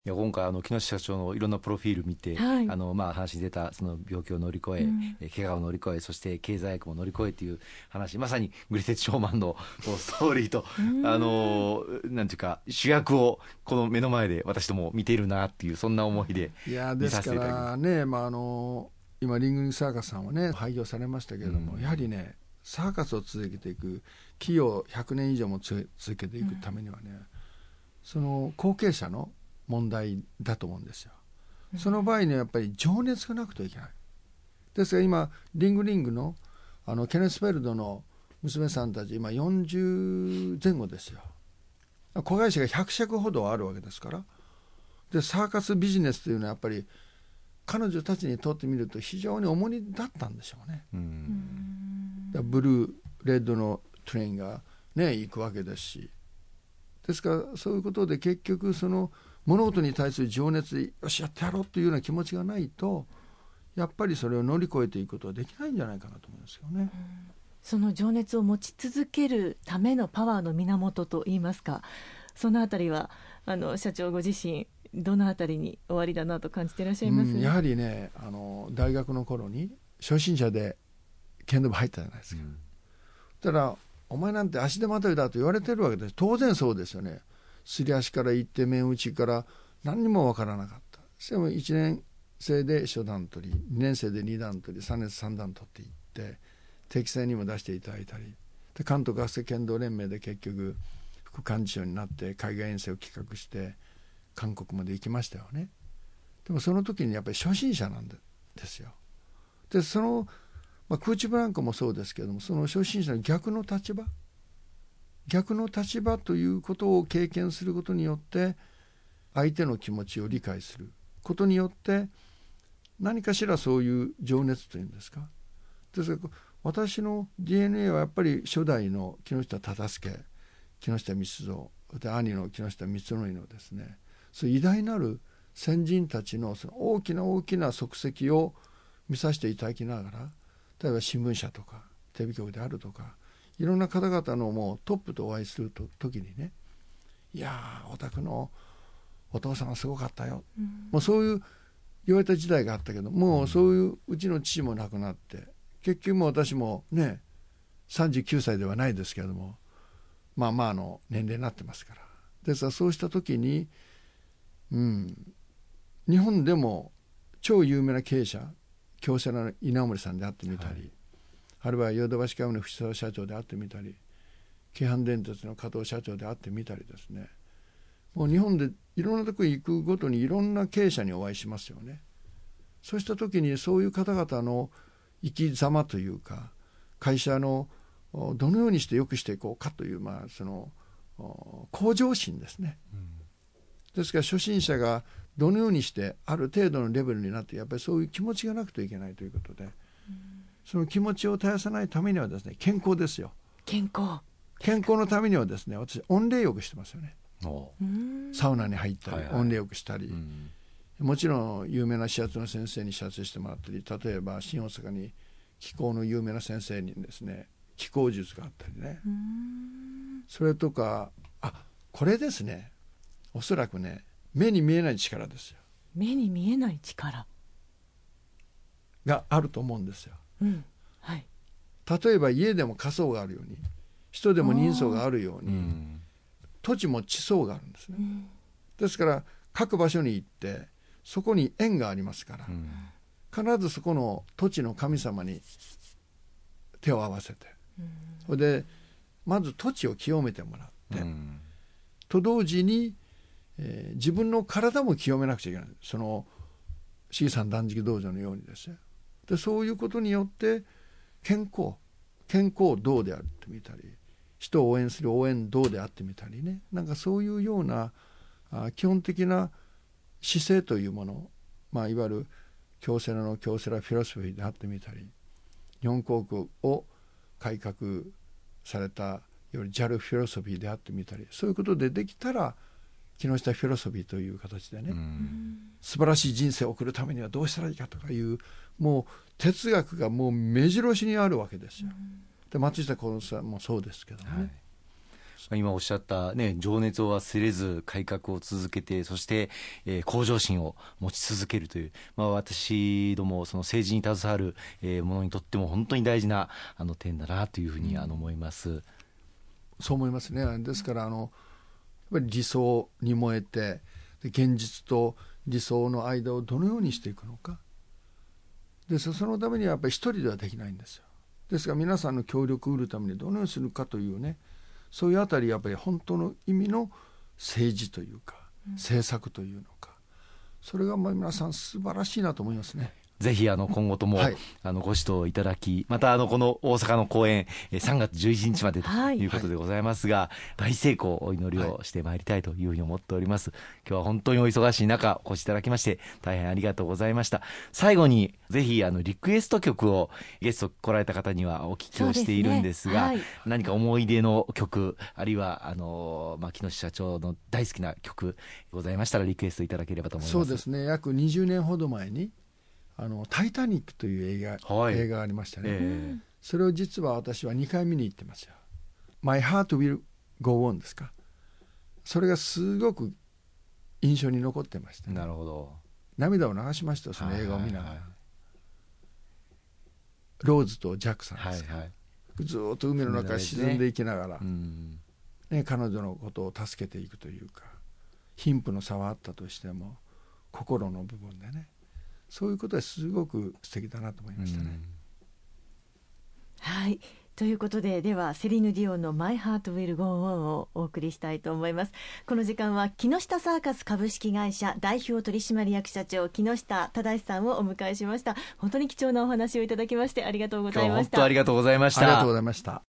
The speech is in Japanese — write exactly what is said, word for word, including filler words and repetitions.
いや今回あの木下社長のいろんなプロフィール見て、 はい、 あのまあ話に出たその病気を乗り越え、うん、怪我を乗り越え、そして経済悪も乗り越えという話、まさにグリテッツ・ショーマンのストーリーとあのなんていうか主役をこの目の前で私ども見ているなっていう、そんな思いで見させていただきます。 いやですからね、まあ、あの今リングリングサーカスさんはね廃業されましたけれども、うん、やはりねサーカスを続けていく企業をひゃくねん以上も続けていくためにはね、うん、その後継者の問題だと思うんですよ。その場合にはやっぱり情熱がなくてはいけない。ですが今リングリング の, あのケネスフェルドの娘さんたち今よんじゅうぜん後ですよ。子会社がひゃくしゃくほどあるわけですから。でサーカスビジネスというのはやっぱり彼女たちにとってみると非常に重荷だったんでしょうね。うんだブルーレッドのトレインがね行くわけですし、ですからそういうことで結局その物事に対する情熱でよしやってやろうというような気持ちがないとやっぱりそれを乗り越えていくことはできないんじゃないかなと思いますよね。うん、 その情熱を持ち続けるためのパワーの源といいますか、そのあたりはあの社長ご自身どのあたりに終わりだなと感じていらっしゃいます？ うん、やはりねあの大学の頃に初心者で剣道部入ったじゃないですか。うん、だからお前なんて足手まといだと言われてるわけです。当然そうですよね。すり足から行って面打ちから何にも分からなかった。でもいちねん生で初段取り、にねん生でに段取り、さんねん生さん段取っていって適正にも出していただいたりで、関東学生剣道連盟で結局副幹事長になって海外遠征を企画して韓国まで行きましたよね。でもその時にやっぱり初心者なんですよ。でその、まあ、クーチブランコもそうですけども、その初心者の逆の立場逆の立場ということを経験することによって相手の気持ちを理解することによって何かしらそういう情熱というんですか。ですから私の ディーエヌエー はやっぱり初代の木下忠介、木下光三で兄の木下光則のですね、そういう偉大なる先人たちのその大きな大きな足跡を見させていただきながら、例えば新聞社とかテレビ局であるとかいろんな方々のもうトップとお会いすると時にね、いやーお宅のお父さんはすごかったよ、うん、もうそういう言われた時代があったけど、もうそういううちの父も亡くなって結局も私もねさんじゅうきゅうさいではないですけれども、まあまあの年齢になってますから。ですからそうした時に、うん、日本でも超有名な経営者京セラの稲森さんで会ってみたり、はい、あるいはヨドバシカメラの藤沢社長で会ってみたり、京阪電鉄の加藤社長で会ってみたりですね、もう日本でいろんなところに行くごとにいろんな経営者にお会いしますよね。そうした時にそういう方々の生き様というか、会社のどのようにして良くしていこうかという、まあ、その向上心ですね。うん、ですから初心者がどのようにしてある程度のレベルになってやっぱりそういう気持ちがなくてはいけないということで、うん、その気持ちを絶やさないためにはですね、健康ですよ。 健康健康のためにはですね、私温冷浴してますよね。サウナに入ったり、はいはい、温冷浴したり、うん、もちろん有名な指圧の先生に指圧してもらったり、例えば新大阪に気功の有名な先生にですね気功術があったりね、うん、それとかあこれですね、おそらくね目に見えない力ですよ。 目に見えない力があると思うんですよ。 うんはい、 例えば家でも家相があるように人でも人相があるように、うん、土地も地相があるんですね。うん、ですから各場所に行ってそこに縁がありますから、うん、必ずそこの土地の神様に手を合わせて、うん、でまず土地を清めてもらって、うん、と同時に、えー、自分の体も清めなくちゃいけない。そのCさん断食道場のようにですね。でそういうことによって健康健康道であってみたり、人を応援する応援道であってみたりね、なんかそういうようなあ基本的な姿勢というもの、まあ、いわゆる京セラの京セラフィロソフィーであってみたり、日本航空を改革されたいわゆる ジャル フィロソフィーであってみたり、そういうことでできたら木下フィロソフィーという形でね、素晴らしい人生を送るためにはどうしたらいいかとかいうもう哲学がもう目白押しにあるわけですよ。で松下幸之さんもそうですけどね、はい、 今おっしゃった、ね、情熱を忘れず改革を続けて、そして、えー、向上心を持ち続けるという、まあ、私どもその政治に携わる、えー、ものにとっても本当に大事なあの点だなというふうに、うん、あの思います。 そう思いますね。ですからあのやっぱり理想に燃えて、で現実と理想の間をどのようにしていくのかで、そのためにはやっぱり一人ではできないんですよ。ですから皆さんの協力を得るためにどのようにするかというね、そういうあたりやっぱり本当の意味の政治というか、うん、政策というのか、それがまあ皆さん素晴らしいなと思いますね。 ぜひあの今後とも、はい、あのご指導いただき、またあのこの大阪の公演さんがつじゅういちにちまでということでございますが、はい、大成功をお祈りをしてまいりたいというふうに思っております。今日は本当にお忙しい中お越しいただきまして大変ありがとうございました。最後にぜひあのリクエスト曲をゲスト来られた方にはお聞きをしているんですが、そうですね、はい、何か思い出の曲、あるいはあの、まあ、木下社長の大好きな曲ございましたらリクエストいただければと思います。 そうですね、約にじゅうねんほど前にあのタイタニックという映画、はい、映画がありましたね、えー、それを実は私はにかい見に行ってますよ。 My Heart Will Go On ですか。それがすごく印象に残ってました、ね、 なるほど。 涙を流しました、その映画を見ながら、はいはいはい、ローズとジャックさんですか、はいはい、ずっと海の中沈んでいきながら、ねうんね、彼女のことを助けていくというか、貧富の差はあったとしても心の部分でね、そういうことはすごく素敵だなと思いましたね。 はい、ということで、ではセリーヌ・ディオンの My Heart Will Go On をお送りしたいと思います。この時間は木下サーカス株式会社代表取締役社長木下忠さんをお迎えしました。本当に貴重なお話をいただきましてありがとうございました。 今日本当ありがとうございました。 ありがとうございました。